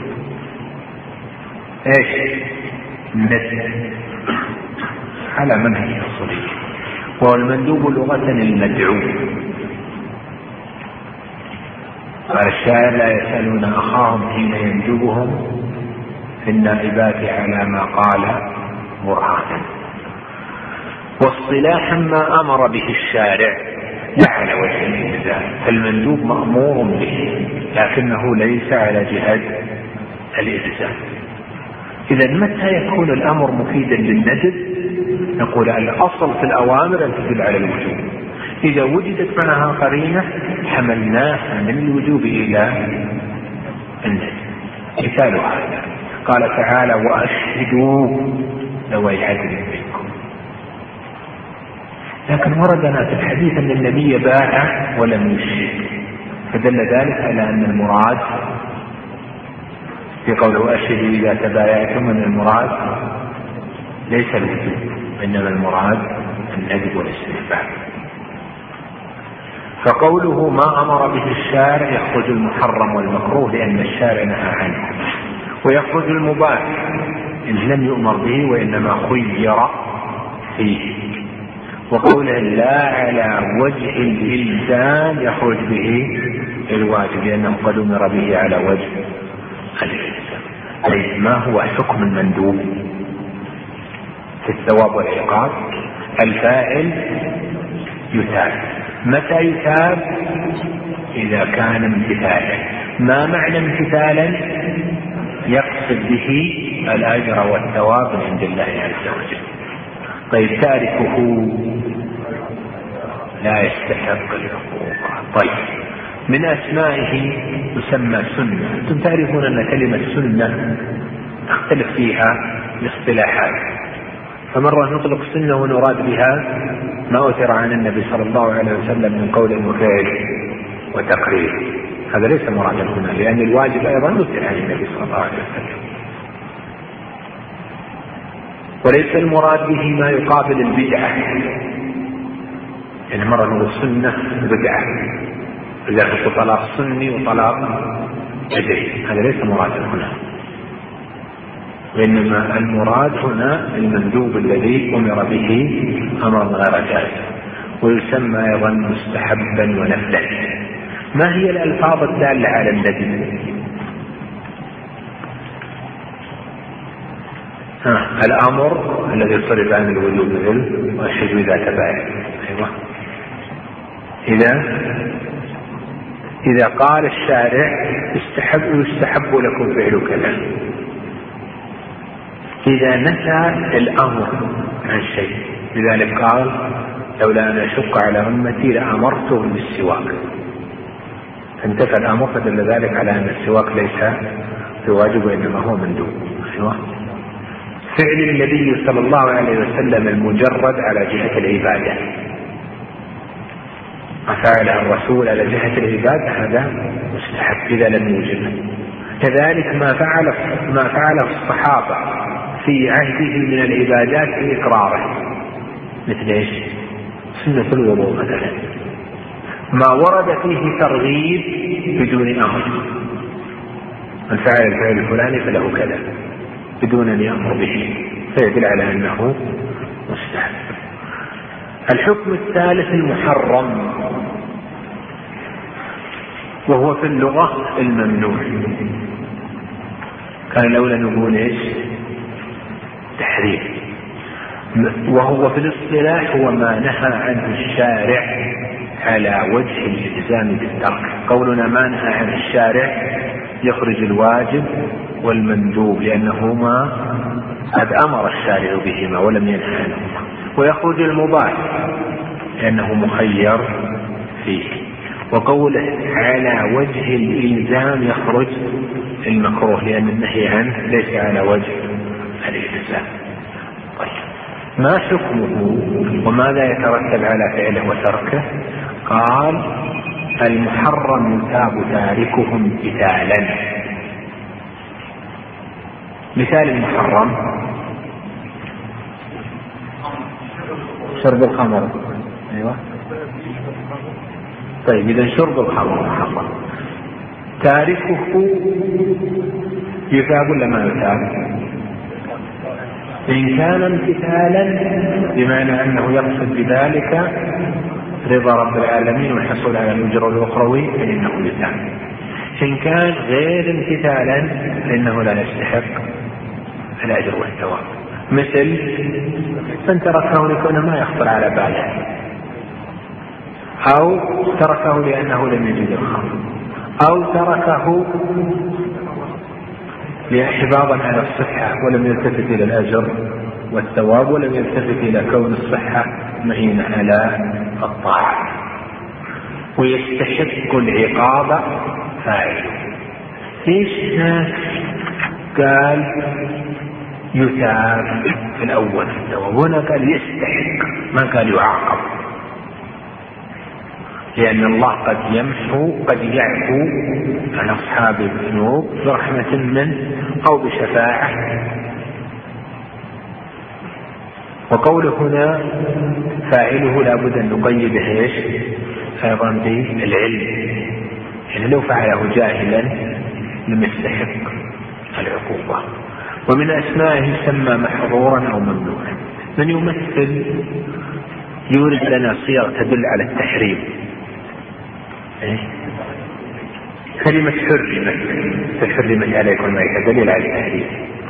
إيش مثل على منهج الأصولي، وهو المندوب لغة المدعو. قال الشاعر لا يسألون أخاهم حين يندبهم في النائبات على ما قال برهانا. واصطلاحا ما أمر به الشارع لا على وجه الإلزام، فالمندوب مأمور به لكنه ليس على جهة الإلزام. إذا متى يكون الأمر مفيدا للندب؟ نقول الأصل في الأوامر أن تدل على الوجوب. إذا وجدت معها قرينة حملناها من الوجوب إلى الندب. مثال هذا قال تعالى وأشهدوا ذوي عدل منكم، لكن وردنا في الحديث أن النبي باع ولم يشهد، فدل ذلك على أن المراد في قوله أشهدوا إذا تبايعتم أن المراد ليس الوجوب وإنما المراد الندب والاستحباب. فقوله ما أمر به الشارع يخرج المحرم والمكروه لأن الشارع نهى عنه، ويخرج المباح إن لم يؤمر به وإنما خير فيه. وقوله لا على وجه الإلزام يخرج به الواجب لأنه قد أمر به على وجه الإلزام. طيب ما هو حكم المندوب في الثواب والعقاب؟ الفاعل يثاب. متى يثاب؟ إذا كان امتثالا. ما معنى امتثالا؟ يقصد به الأجر والثواب عند الله عز وجل. طيب تاركه لا يستحق العقوبة. طيب من أسمائه يسمى سنة. أنتم تعرفون أن كلمة سنة تختلف فيها الاصطلاحات، فمرة نطلق سنة ونراد بها ما أثر عن النبي صلى الله عليه وسلم من قول وفعل وتقرير، هذا ليس مرادا هنا لأن الواجب أيضا أثر عن النبي صلى الله عليه وسلم. وليس المراد به ما يقابل البدعة، يعني مرة نقول سنة بدعة، إذا كنت طلاق سني وطلاق بدعي، هذا ليس مرادا هنا، وإنما المراد هنا المندوب الذي أمر به أمرا غير جائز، ويسمى أيضا مستحبا ونفلا. ما هي الألفاظ الدالة على الندب؟ الأمر الذي صرف عن الوجوب مثل وأشهدوا إذا تبايع. أيوة. إذا إذا قال الشارع استحب يستحب لكم فعل كذا، إذا نفى الأمر عن شيء، لذلك قال لولا أن أشق على أمتي لأمرتهم بالسواك، فانتفى الأمر فدل ذلك على أن السواك ليس بواجب وإنما هو مندوب. أيوة. فعل النبي صلى الله عليه وسلم المجرد على جهة العبادة، ما فعله الرسول على جهة العبادة هذا مستحب إذا لم يوجد. كذلك ما فعل ما فعله الصحابة في عهده من العبادات في إقراره، مثل إيش؟ سنة الوضوء مثلا، ما ورد فيه ترغيب بدون أمر، من فعل الفعل الفلاني فله كذا بدون أن يأمر به، فيدل على أنه مستحب. الحكم الثالث المحرم، وهو في اللغة الممنوع. كان لولا نقول إيش؟ تحريم. وهو في الاصطلاح هو ما نهى عنه الشارع على وجه الإلزام بالترك. قولنا ما نهى عن الشارع يخرج الواجب والمندوب لأنهما قد أمر الشارع بهما ولم ينهى عنهما، ويخرج المباح لأنه مخير فيه. وقوله على وجه الإلزام يخرج المكروه لأن النهي عنه ليس على وجه الإلزام. طيب ما حكمه وماذا يترتب على فعله وتركه؟ قال المحرم يثاب تاركه امتثالا. مثال المحرم شرب الخمر. أيوة. طيب إذا شرب الخمر محرم، تاركه يثاب ولا ما يثاب؟ إن كان امتثالا بمعنى أنه يقصد بذلك رضا رب العالمين والحصول على الأجر الأخروي فإنه يثاب. إن كان غير امتثالا فإنه لا يستحق الأجر والثواب. مثل من تركه لكونه ما يخطر على باله، أو تركه لأنه لم يجد الخمر، أو تركه حفاظا على الصحة ولم يلتفت إلى الأجر والثواب، ولم يلتفت إلى كون الصحة معينة على الطاعة، ويستحق العقاب فاعله. ليش قال يثاب في الأول في الثواب، هنا قال يستحق ما قال يعاقب، لأن الله قد يمحو قد يعفو عن أصحاب الذنوب برحمة منه أو بشفاعة. وقوله هنا فاعله لا بد أن نقيده إيش أيضا بالعلم، يعني لو فعله جاهلا لم يستحق العقوبة. ومن أسمائه يسمى محظورا أو ممنوعا. من يمثل يورد لنا صيغ تدل على التحريم. إيه؟ كلمة حرمت، حرمت عليكم الميتة دليل على التحريم.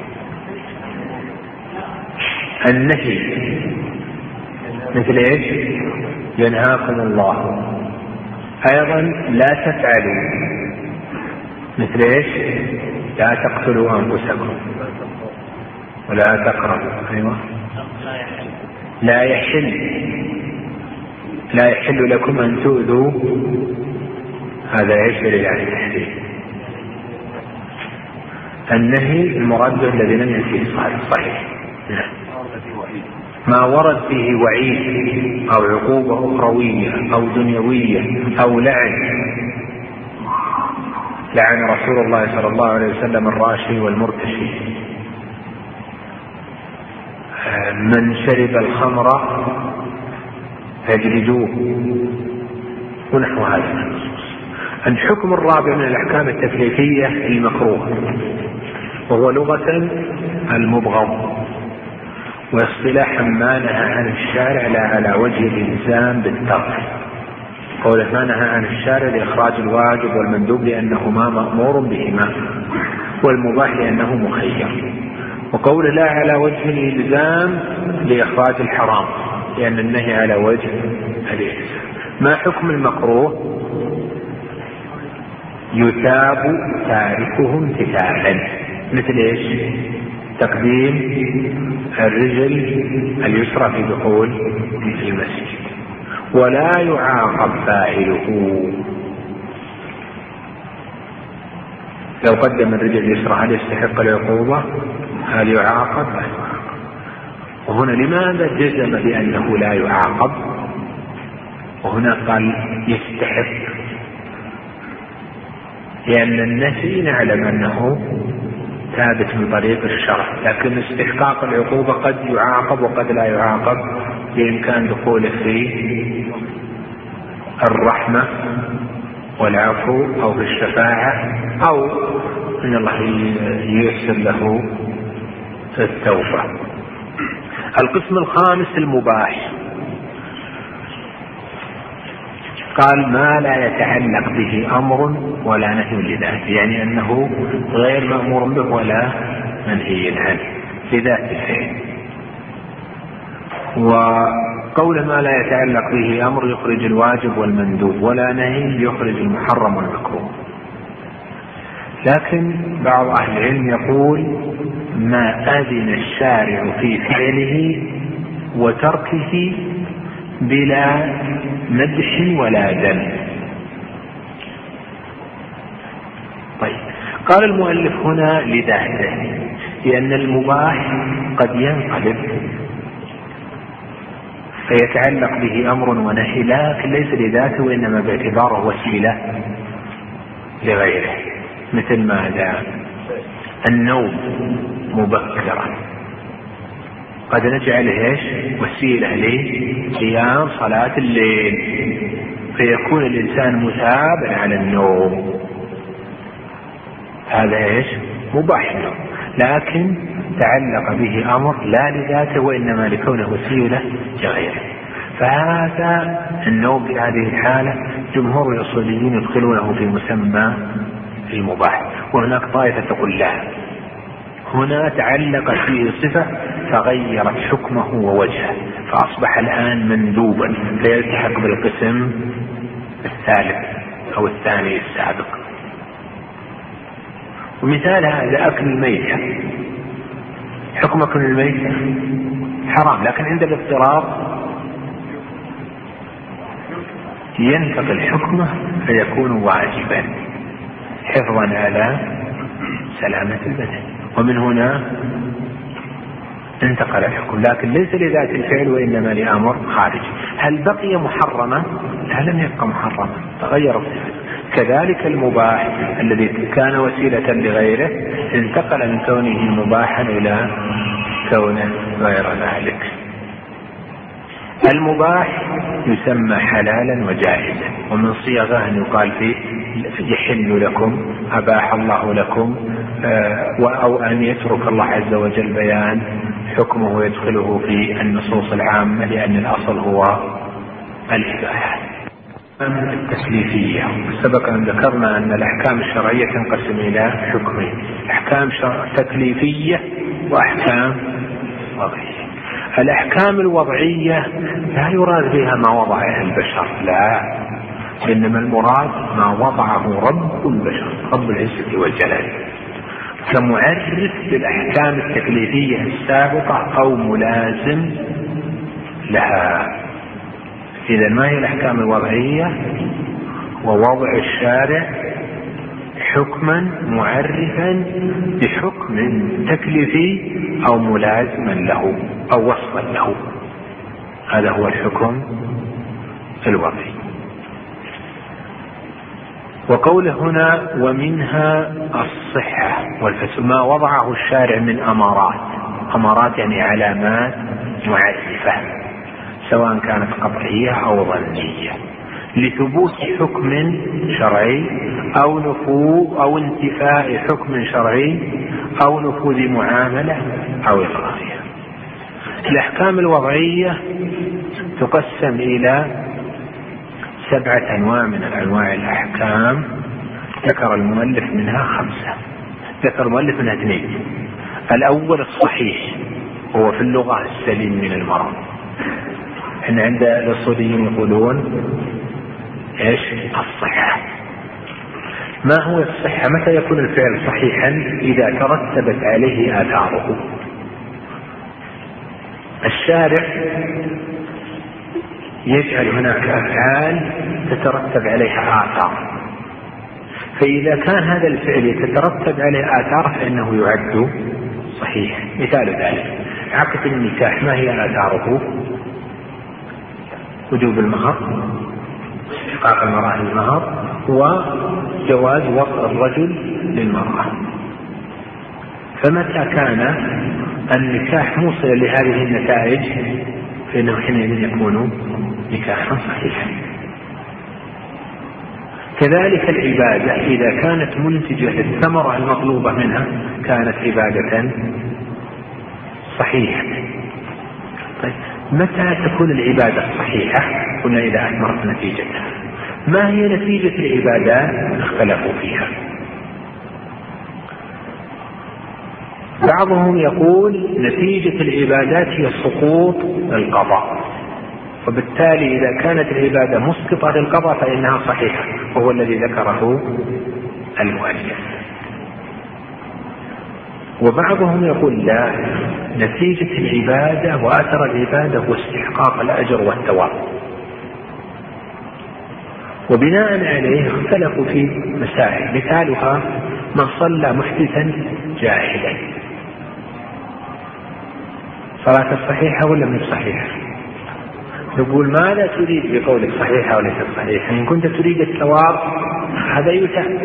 النهي مثل ايش؟ ينهاكم الله. ايضا لا تفعلوا مثل ايش؟ لا تقتلوا انفسكم ولا تقربوا. ايوه. لا يحل لا يحل لكم ان تؤذوا. هذا ايش دليل على التحريم. النهي المراد به الذي لم يأتي صحيح. نعم. ما ورد فيه وعيد أو عقوبة أخروية أو دنيوية أو لعن. لعن رسول الله صلى الله عليه وسلم الراشي والمرتشي. من شرب الخمر فاجلدوه ونحو هذا. الحكم الرابع من الأحكام التكليفية المكروه، وهو لغة المبغض، واصطلاحا ما نهى عن الشارع لا على وجه الإلزام بالترك. قوله ما نهى عن الشارع لإخراج الواجب والمندوب لأنهما مأمور بهما، والمباح لأنه مخير. وقوله لا على وجه الإلزام لإخراج الحرام لأن النهي على وجه الإلزام. ما حكم المكروه؟ يثاب تاركه امتثالا. مثل ايش؟ تقديم الرجل اليسرى في دخول المسجد، ولا يعاقب فاعله. لو قدم الرجل اليسرى هل يستحق العقوبة؟ هل يعاقب؟ لا يعاقب. وهنا لماذا جزم بأنه لا يعاقب وهنا قال يستحق؟ لأن النهي نعلم أنه ثابت من طريق الشرع، لكن استحقاق العقوبة قد يعاقب وقد لا يعاقب بإمكان دخوله في الرحمة والعفو أو في الشفاعة، أو أن الله ييسر له التوبة. القسم الخامس المباح. قال ما لا يتعلق به أمر ولا نهي لذاته، يعني أنه غير مأمور به ولا منهي عنه لذات الفعل. وقول ما لا يتعلق به أمر يخرج الواجب والمندوب، ولا نهي يخرج المحرم والمكروه. لكن بعض أهل العلم يقول ما أذن الشارع في فعله وتركه بلا مدح ولا ذم. طيب، قال المؤلف هنا لذاته، لأن المباح قد ينقلب فيتعلق به أمر ونهي، لكن ليس لذاته وإنما باعتباره وسيلة لغيره. مثل ماذا؟ النوم مبكرا قد نجعله ايش؟ وسيلة لقيام صلاة الليل، فيكون الإنسان مثابا على النوم، هذا ايش؟ مباح، لكن تعلق به أمر لا لذاته وإنما لكونه وسيلة لغيره. فهذا النوم في هذه الحالة جمهور الأصوليين يدخلونه في مسمى المباح، وهناك طائفة تقول لا، هنا تعلق فيه صفة فغيرت حكمه ووجهه فأصبح الآن مندوبا فيلتحق بالقسم الثالث أو الثاني السابق. ومثال هذا أكل الميتة، حكم أكل الميتة حرام، لكن عند الاضطرار ينتقل حكمه فيكون واجبا حفظا على سلامة البدن، ومن هنا انتقل الحكم، لكن ليس لذات الفعل وإنما لأمر خارج. هل بقي محرما؟ لا، لم يبقى محرما، تغير الصفة. كذلك المباح الذي كان وسيلة لغيره انتقل من كونه مباحا إلى كونه غير ذلك. المباح يسمى حلالا وجائزا، ومن صيغه أن يقال فيه يحل لكم، أباح الله لكم، أو أن يترك الله عز وجل بيان حكمه ويدخله في النصوص العامة، لأن الأصل هو الإباحة. التكليفية، سبق أن ذكرنا أن الأحكام الشرعية تنقسم إلى حكمين: أحكام تكليفية وأحكام وضعية. الأحكام الوضعية لا يراد بها ما وضعه البشر، لا، إنما المراد ما وضعه رب البشر، رب العزة والجلال، كمعرف بالأحكام التكليفية السابقة أو ملازم لها. إذا ما هي الأحكام الوضعية؟ ووضع الشارع حكما معرفا بحكم تكليفي أو ملازما له أو وصفا له، هذا هو الحكم الوضعي. وقوله هنا ومنها الصحة والفساد، ما وضعه الشارع من أمارات، أمارات يعني علامات معرفة سواء كانت قطعية أو ظنية، لثبوت حكم شرعي أو نفوذ أو انتفاء حكم شرعي أو نفوذ معاملة أو إلغائها. الأحكام الوضعية تقسم إلى سبعة أنواع من أنواع الأحكام، ذكر المؤلف منها خمسة، ذكر المؤلف منها اثنين. الأول الصحيح، هو في اللغة السليم من المرض. إحنا عند الأصوليين يقولون إيش؟ الصحة. ما هو الصحة؟ متى يكون الفعل صحيحا؟ إذا ترتبت عليه آثاره. الشارع يجعل هناك أفعال تترتب عليها آثار، فإذا كان هذا الفعل يترتب عليه آثار فإنه يعد صحيح. مثال ذلك عقد النكاح، ما هي آثاره؟ وجوب المهر، استحقاق المرأة للمهر، وجواز وطء الرجل للمرأة. فمتى كان النكاح موصلا لهذه النتائج فإنه حينئذ يكون نكاحا صحيحا. كذلك العبادة إذا كانت منتجة للثمرة المطلوبة منها كانت عبادة صحيحة. طيب، متى تكون العبادة صحيحة؟ قلنا إذا أثمرت نتيجتها. ما هي نتيجة العبادات؟ اختلفوا فيها. بعضهم يقول نتيجة العبادات هي سقوط القضاء، وبالتالي إذا كانت العبادة مسقطة للقضاء فإنها صحيحة، وهو الذي ذكره المؤلف. وبعضهم يقول لا، نتيجة العبادة وأثر العبادة هو استحقاق الأجر والثواب. وبناء عليه اختلفوا في مسائل، مثالها من صلى محدثا جاهلا، صلاة صحيحة ولا من صحيحة؟ نقول ماذا تريد بقولك صحيحة وليست صحيحة؟ إن كنت تريد الثواب هذا يتابع،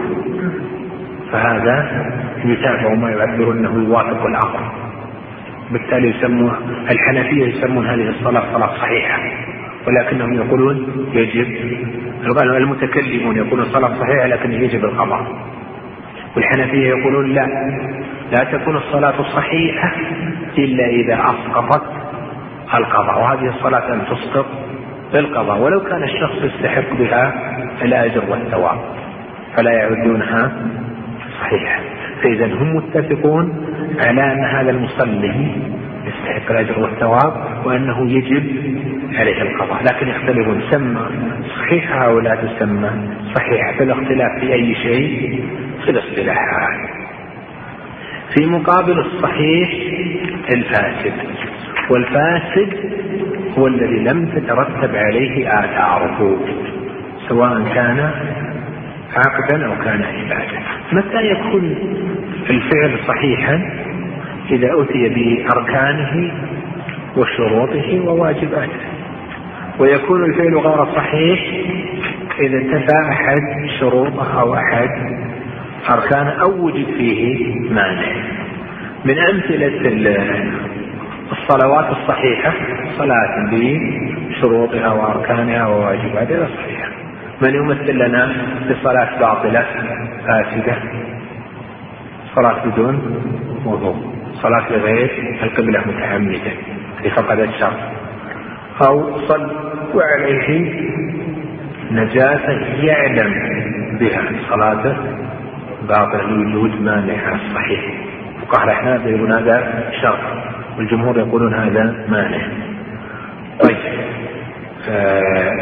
فهذا يتابع وما يعبر أنه يوافق العقل. بالتالي يسموه الحنفية يسمون هذه الصلاة صلاة صحيحة، ولكنهم يقولون يجب، المتكلمون يقولون صلاة صحيحة لكن يجب القضاء، والحنفية يقولون لا، لا تكون الصلاة صحيحة إلا إذا أسقطت القضاء، وهذه الصلاة أن تسقط القضاء ولو كان الشخص يستحق بها الأجر والثواب، فلا يعدونها صحيحة. فإذا هم متفقون على أن هذا المصلي يستحق الأجر والثواب وأنه يجب عليه القضاء، لكن يختلفون تسمى صحيحة أو لا تسمى صحيحة، فالاختلاف في أي شيء في الاصطلاحات. في مقابل الصحيح الفاسد، والفاسد هو الذي لم تترتب عليه آثاره سواء كان عقدا أو كان عبادة. متى يكون الفعل صحيحا؟ إذا أتي بأركانه وشروطه وواجباته. ويكون الفعل غير صحيح إذا انتفى أحد شروطه أو أحد أركانه أو وجد فيه مانع. من أمثلة الصلوات الصحيحة صلاة بشروطها وأركانها وواجباتها صحيحة. من يمثل لنا بصلاة باطلة فاسدة؟ صلاة بدون وضوء، صلاة لغير القبلة متعمدة لفقد الشرط، أو صل وعليه نجاسة يعلم بها، صلاته باطلة لوجود مانع الصحيح. فقهاء الأحناف يقولون هذا شرط، والجمهور يقولون هذا مانع. طيب آه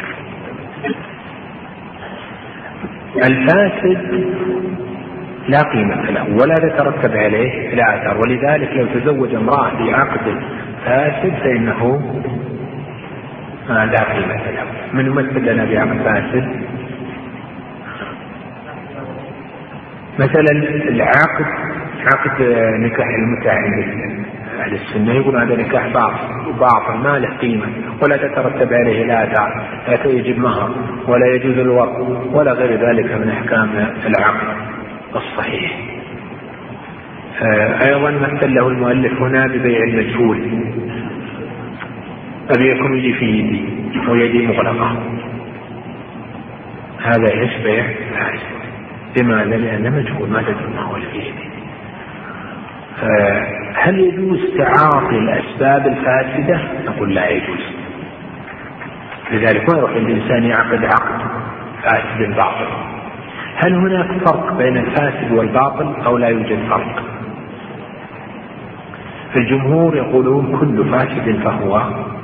الفاسد لا قيمة له ولا تترتب عليه الآثار، ولذلك لو تزوج امرأة بعقد فاسد فإنه لا قيمة له. من يمثل لنا بعقد فاسد؟ مثلا العقد عقد نكاح المتعة عند أهل السنة يقول هذا نكاح باطل ما له قيمة ولا تترتب عليه الآثار، لا يجب مهر ولا يجوز الوقت ولا غير ذلك من أحكام العقد الصحيح. أيضا مثل له المؤلف هنا ببيع المجهول، أبي يكون يجي في يدي ويدي مغلقة، هذا يشبه لماذا؟ لأنه مجهول ما تدري ما هو في يدي. هل يجوز تعاطي الأسباب الفاسدة؟ نقول لا يجوز. لذلك ما يروح الإنسان يعقد عقد فاسد باطل. هل هناك فرق بين الفاسد والباطل أو لا يوجد فرق؟ الجمهور يقولون كل فاسد فهو